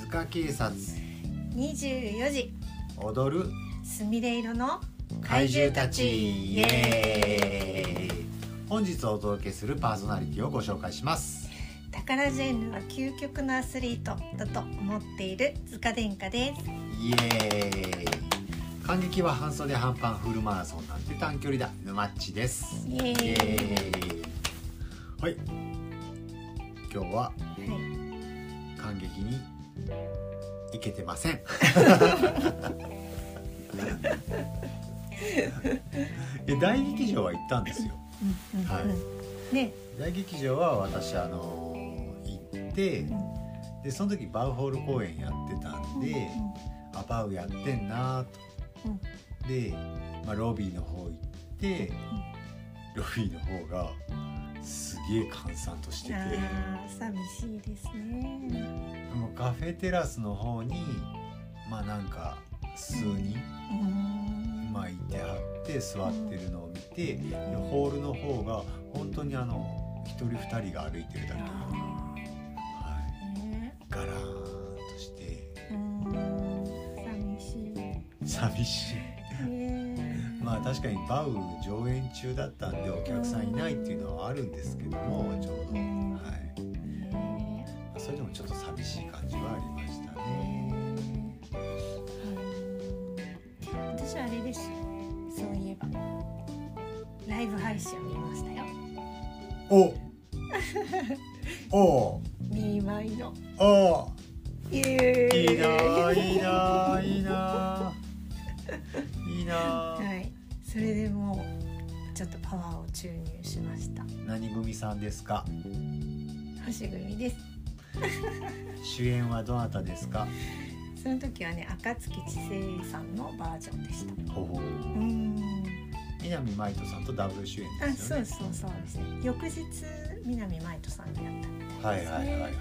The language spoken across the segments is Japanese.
塚警察 24時踊るすみれ色の怪獣たち、イエーイ。本日お届けするパーソナリティをご紹介します。 タカラジェンヌは究極のアスリートだと思っている塚殿下です。 イエーイ。感激は半袖半パンフルマラソンなんて短距離だ、沼っちです。 イエーイ。 はい、今日ははい、 感激に行けてません大劇場は行ったんですよ、はい、 ね、 大劇場は私行って、でその時バウホール公演やってたんで、バウやってんなと、で、ロビーの方行って、ロビーの方がすげえ閑散としてて、 寂しいですね。 もうカフェテラスの方になんか数人、いてはって座ってるのを見て、ホールの方が本当に1人2人が歩いてるだけ、ガラーンとして寂しい確かにバウ上演中だったんでお客さんいないっていうのはあるんですけども、ちょうど、それでもちょっと寂しい感じはありましたね。 私はあれです、そういえばライブ配信を見ましたよ。 お見舞いのいいないいないいないいな、 はい、それでもうちょっとパワーを注入しました。 何組さんですか？ 星組です主演はどなたですか？ その時はね、暁知世さんのバージョンでした。 南舞人さんとダブル主演ですよね。 そうですね。翌日南舞人さんがやったみたいですね。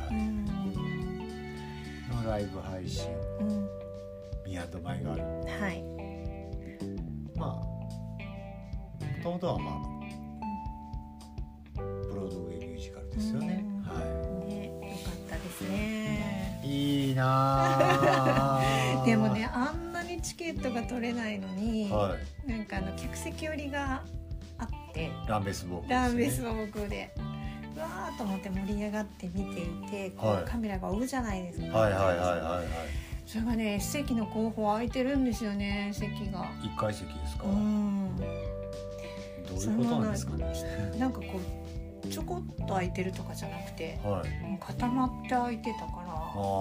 のライブ配信、ミアドマイがある。 はい。 もともとはブロードウェイミュージカルですよね。 よかったですね。 いいなでもね、あんなにチケットが取れないのに、なんか客席寄りがあって、 ランベスボークですね。 ランベスボークでわーっと思って盛り上がって見ていて、カメラが追うじゃないですか。それがね、席の候補空いてるんですよね、席が。 1階席ですか？どういうことなんですかね。 なんかちょこっと空いてるとかじゃなくて、もう固まって空いてたから、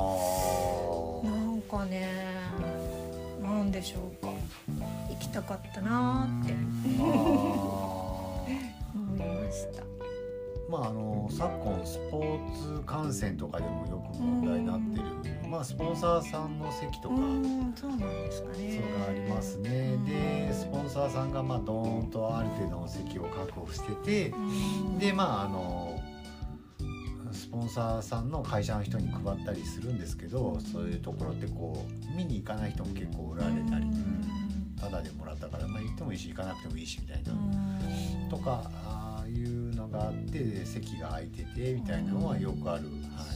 なんかね、なんでしょうか、行きたかったなって思いました。 昨今スポーツ観戦とかでもよく問題になってる、スポンサーさんの席とか、 そうなんですかね。 そうがありますね。でスポンサーさんがドーンとある程度の席を確保してて、でスポンサーさんの会社の人に配ったりするんですけど、そういうところって見に行かない人も結構おられたり、タダでもらったから行ってもいいし行かなくてもいいしみたいなとかいうのがあって、席が空いててみたいなのはよくある。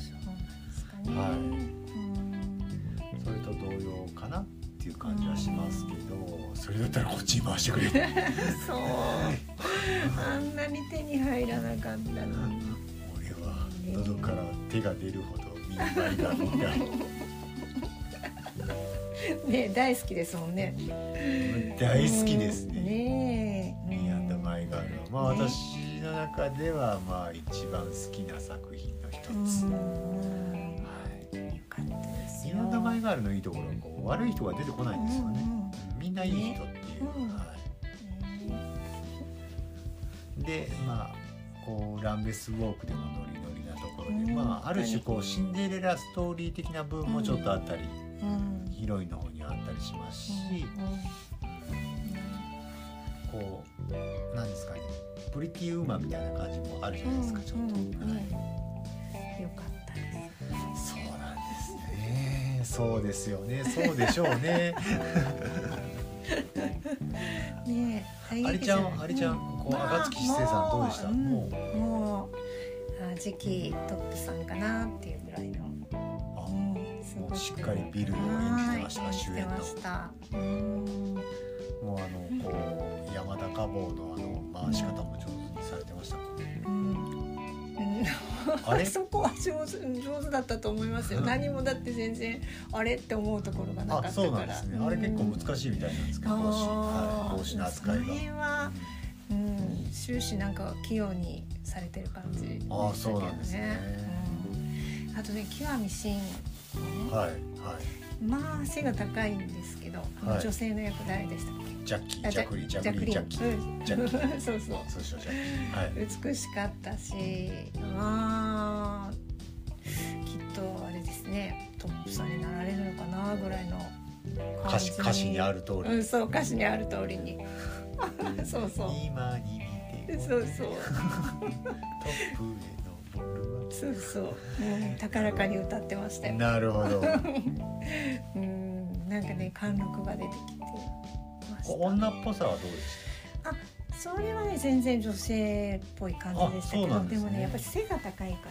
それと同様かなっていう感じはしますけど、それだったらこっちに回してくれそうあんなに手に入らなかったのに、 俺は喉から手が出るほど見舞いが見たいね、大好きですもんね。 大好きですね。ミアドマイガールは私の中では一番好きな作品の一つ。 よかったですよ。 ミアドマイガールのいいところは悪い人が出てこないんですよね。みんないい人っていう。でランベスウォークでもノリノリなところで、ある種シンデレラストーリー的な部分もちょっとあったり、ヒロインの方にはあったりしますし、なんですかね、プリティウーマンみたいな感じもあるじゃないですか、ちょっと。 よかったです。 そうなんですね。そうですよね。そうでしょうね。 ねえ、 ありちゃん、暁知世さんどうでした？ もう次期トップさんかなっていうぐらいの、すもうしっかりビルを演じてましたが、主演の。もうこう山田花房の回し方も上手にされてました。 あれそこは上手だったと思いますよ。何もだって全然あれって思うところがなかったから。 そうなんですね。あれ結構難しいみたいなんですけど、帽子の扱いが。 その辺は、終始なんか器用にされてる感じでしたけどね。 そうなんですね。 あとね、極み真、まあ背が高いんですけど、女性の役誰でしたっけ？ ジャッキーそうそう、 通称ジャッキー、 美しかったし、まあきっとあれですね、トップさんになられるのかなぐらいの歌詞にある通り、 そう、歌詞にある通りにそうそう、 今に見て、 そうそうトップへのボールは、 そうそう、高らかに歌ってましたよ。 なるほどなんかね、貫禄が出てきてました。 女っぽさはどうでした？ それはね、全然女性っぽい感じでしたけど、でもね、やっぱり背が高いから、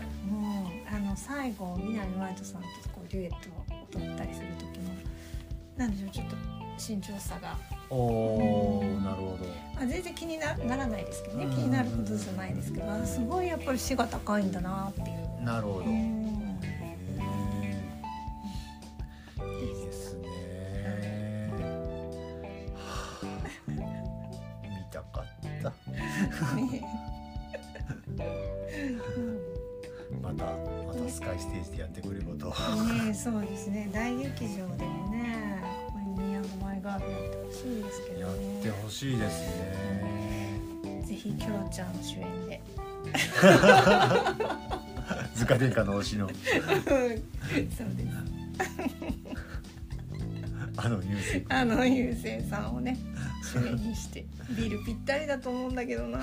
最後南マイトさんとこうデュエットを踊ったりする時も、なんでしょう、ちょっと身長差が、なるほど。全然気にならないですけどね、気になることじゃないですけど、すごいやっぱり背が高いんだなっていう。なるほど。 いいですね。見たかった。またスカイステージでやってくれることを。 そうですね。大劇場でもね、ニアマイガールやってほしいですけどね。 やってほしいですね。 ぜひキョロちゃん主演で。 塚殿下の推しの。 そうです。優勢さんをね、主演にしてビールぴったりだと思うんだけどな。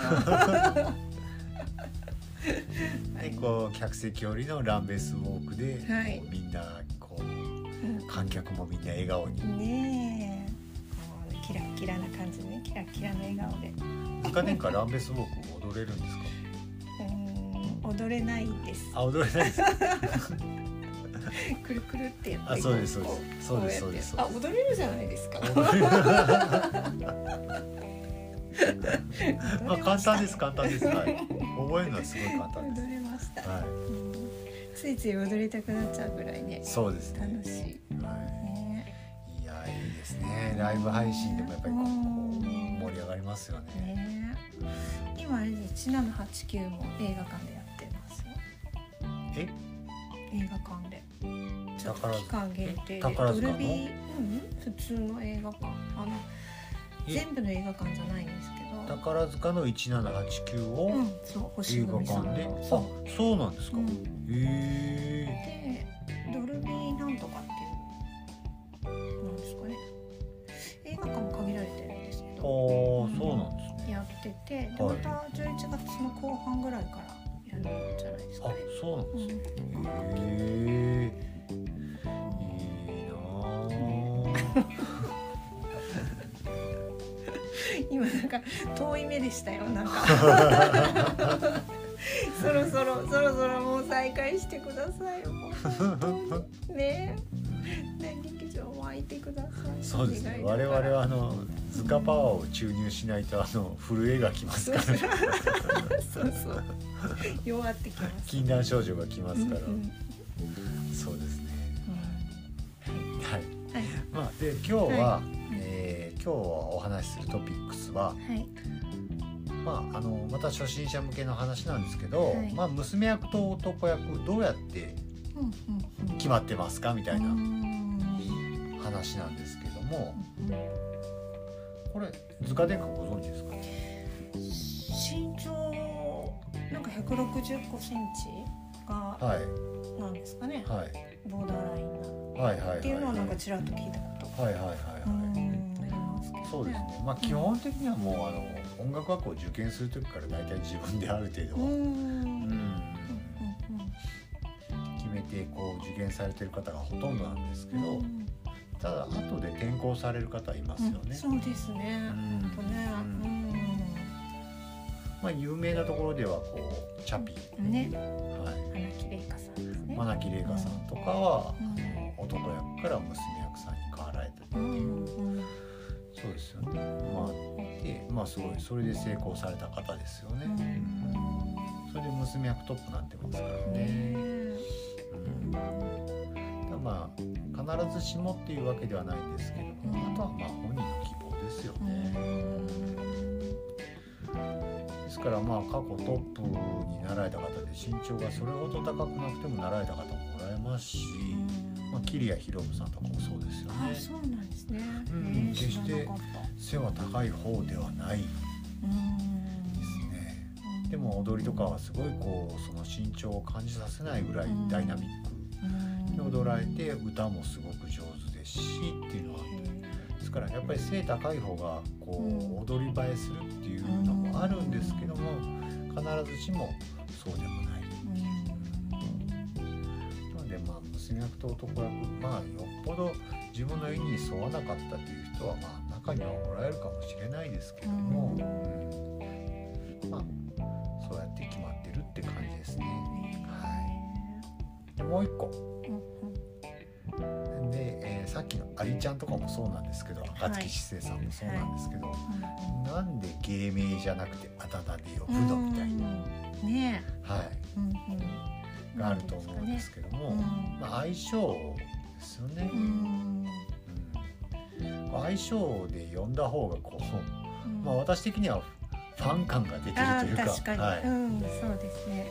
でこう客席寄りのランベスウォークで、みんなこう観客もみんな笑顔にねえ、キラキラな感じでね、キラキラの笑顔で。 塚殿下ランベスウォーク踊れるんですか？ 踊れないです。 踊れないです。 くるくるってやって、 そうです。踊れるじゃないですか。 簡単です。覚えるのはすごい簡単です。 踊れました。ついつい踊りたくなっちゃうぐらいね。 そうですね。 楽しい。 いや、いいですね。ライブ配信でもやっぱりこう盛り上がりますよね。 今1789も映画館でやってますよ。映画館で。ちょっと期間限定で。ドルビー、普通の映画館。全部の映画館じゃないんですけど、 宝塚の1789を映画館で、そうなんですか。でドルビーなんとかっていうなんですかね、映画館も限られてるんですけど、 そうなんですね。 やってて、でまた11月の後半ぐらいからやるんじゃないですかね。 そうなんですね。いいな。 今なんか遠い目でしたよ、なんかそろそろもう再開してくださいよ、ねえ、劇場も開いてください。 そうですね。我々は塚パワーを注入しないと震えがきますから。 そう弱ってきます。 禁断症状がきますから。そうですね。はい。で今日はお話しするトピックスは、また初心者向けの話なんですけど、娘役と男役どうやって決まってますかみたいな話なんですけども、これ塚殿下ご存知ですか？ 身長なんか165センチがなんですかね、ボーダーラインなっていうのはなんかちらっと聞いたこと。 そうですね。基本的にはもう音楽学校を受験する時から大体自分である程度決めて受験されてる方がほとんどなんですけど、ただ後で転校される方いますよね。 そうですね。 有名なところではチャピね、花木玲香さんですね。 真木玲香さんとかは、男役から娘役さんに変わられたっていう、そうですよね。すごいそれで成功された方ですよね。それで娘役トップになってますからね。必ずしもっていうわけではないんですけども、あとは本人の希望ですよね。ですから過去トップになられた方で身長がそれほど高くなくてもなられた方もおられますし、桐谷博文さんとかもそうですよね。 そうなんですね。 決して背は高い方ではないですね。でも踊りとかはすごいその身長を感じさせないぐらいダイナミックで踊られて、歌もすごく上手ですしっていうのはあって、ですからやっぱり背高い方が踊り映えするっていうのもあるんですけども、必ずしもそうでもない。なので娘役と男役、よっぽど自分の意に沿わなかったっていう人は中にはおられるかもしれないですけども、そうやって決まってるって感じですね。でもう一個で、さっきのアリちゃんとかもそうなんですけど、暁志星さんもそうなんですけど、なんで芸名じゃなくてあだ名で呼ぶのみたいながあると思うんですけども、相性ですよね。相性で呼んだ方が私的にはファン感が出てるというか、 確かに、そうですね。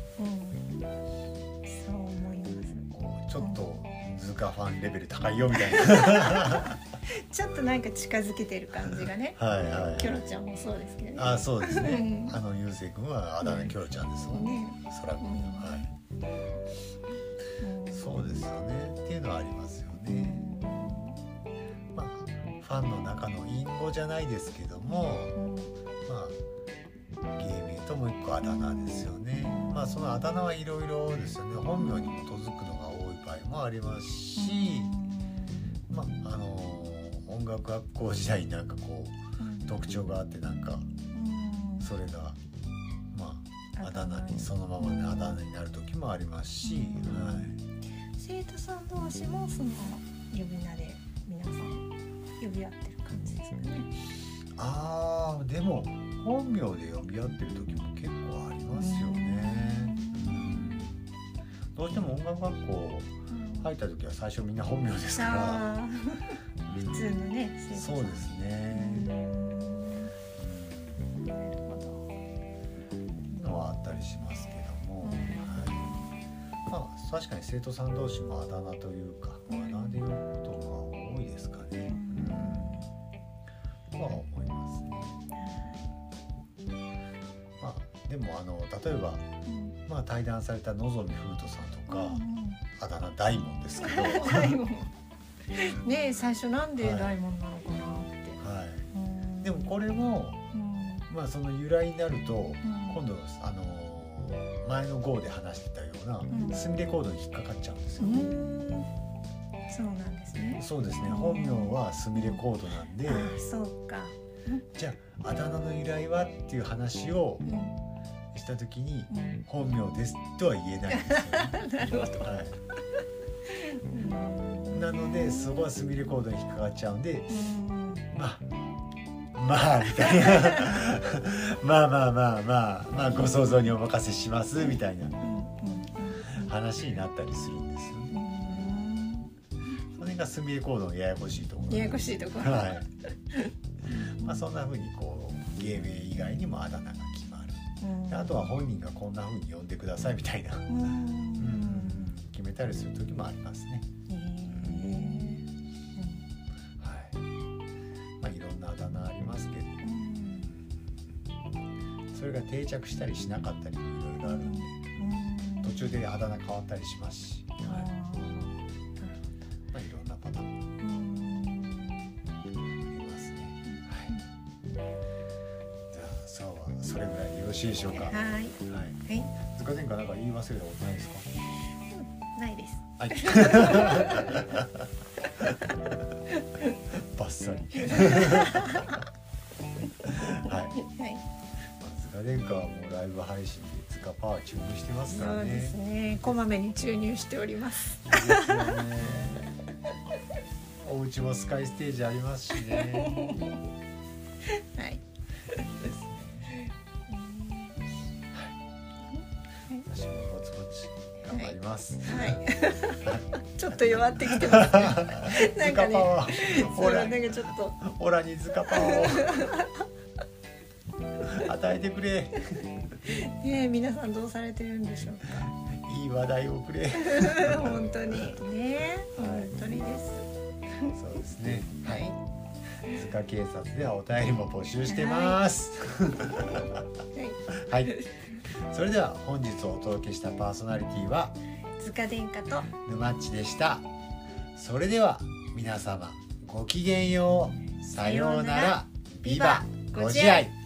そう思います。 ちょっと図鑑ファンレベル高いよみたいなちょっとなんか近づけてる感じがね。キョロちゃんもそうですけどね。 そうですね。ゆうせい君はあだ名キョロちゃんですもんね。空君のそうですよねっていうのはありますよね。ファンの中の隠語じゃないですけども、芸名ともう一個あだ名ですよね。そのあだ名はいろいろですよね。本名に基づくのが多い場合もありますし、音楽学校時代に特徴があってそれがあだ名にそのままであだ名になる時もありますし、 生徒さん同士もその呼び名で皆さん呼び合ってる感じですかね。 でも本名で呼び合ってる時も結構ありますよね。どうしても音楽学校入った時は最初みんな本名ですから普通のね生徒さん。 そうですね。 なるほど。 のはあったりしますけども、確かに生徒さん同士もあだ名というかあだ名で呼ぶことが多いですかね。とは思いますね。でも例えば、対談された野添風斗さんとか、あだ名大門ですけど大門ねえ、最初なんで大門なのかなって、 でもこれも、その由来になると、今度前の号で話してたような、スミレコードに引っかかっちゃうんですよ。 そうなんですね。 そうですね。本名はスミレコードなんで、 そうか。 じゃああだ名の由来はっていう話をしたときに、本名ですとは言えないんですよね。 なるほど。 なのでそこはスミレコードに引っかかっちゃうんで、みたいなご想像にお任せしますみたいな話になったりするんですよね。それがスミレコードのややこしいところ。 ややこしいところ。 そんな風に芸名以外にもあだ名が決まる。あとは本人がこんな風に呼んでくださいみたいな決めたりする時もありますね。いろんなあだ名ありますけど、それが定着したりしなかったりもいろいろあるんで、途中であだ名変わったりしますし、いろんなパターンありますね。じゃあ今日はそれぐらいでよろしいでしょうか。塚殿下なんか言い忘れたことないですか？ ないです。 バッサリ。塚塚殿下はもうライブ配信で塚パワー注入してますからね。 そうですね。こまめに注入しております。 いいですよね。お家もスカイステージありますしね。 はい。 ですね。私もぼちぼち頑張ります。 はい。ちょっと弱ってきてますね。なんかね、ほら、なんかちょっとオラに塚パワーを与えてくれ。 ね、皆さんどうされてるんでしょうか。 いい話題をくれ。 本当にね、本当にです。 そうですね。はい。塚警察ではお便りも募集してます。はい。それでは本日お届けしたパーソナリティは塚殿下と沼っちでした。それでは皆様ごきげんよう。さようなら。ビバご自愛。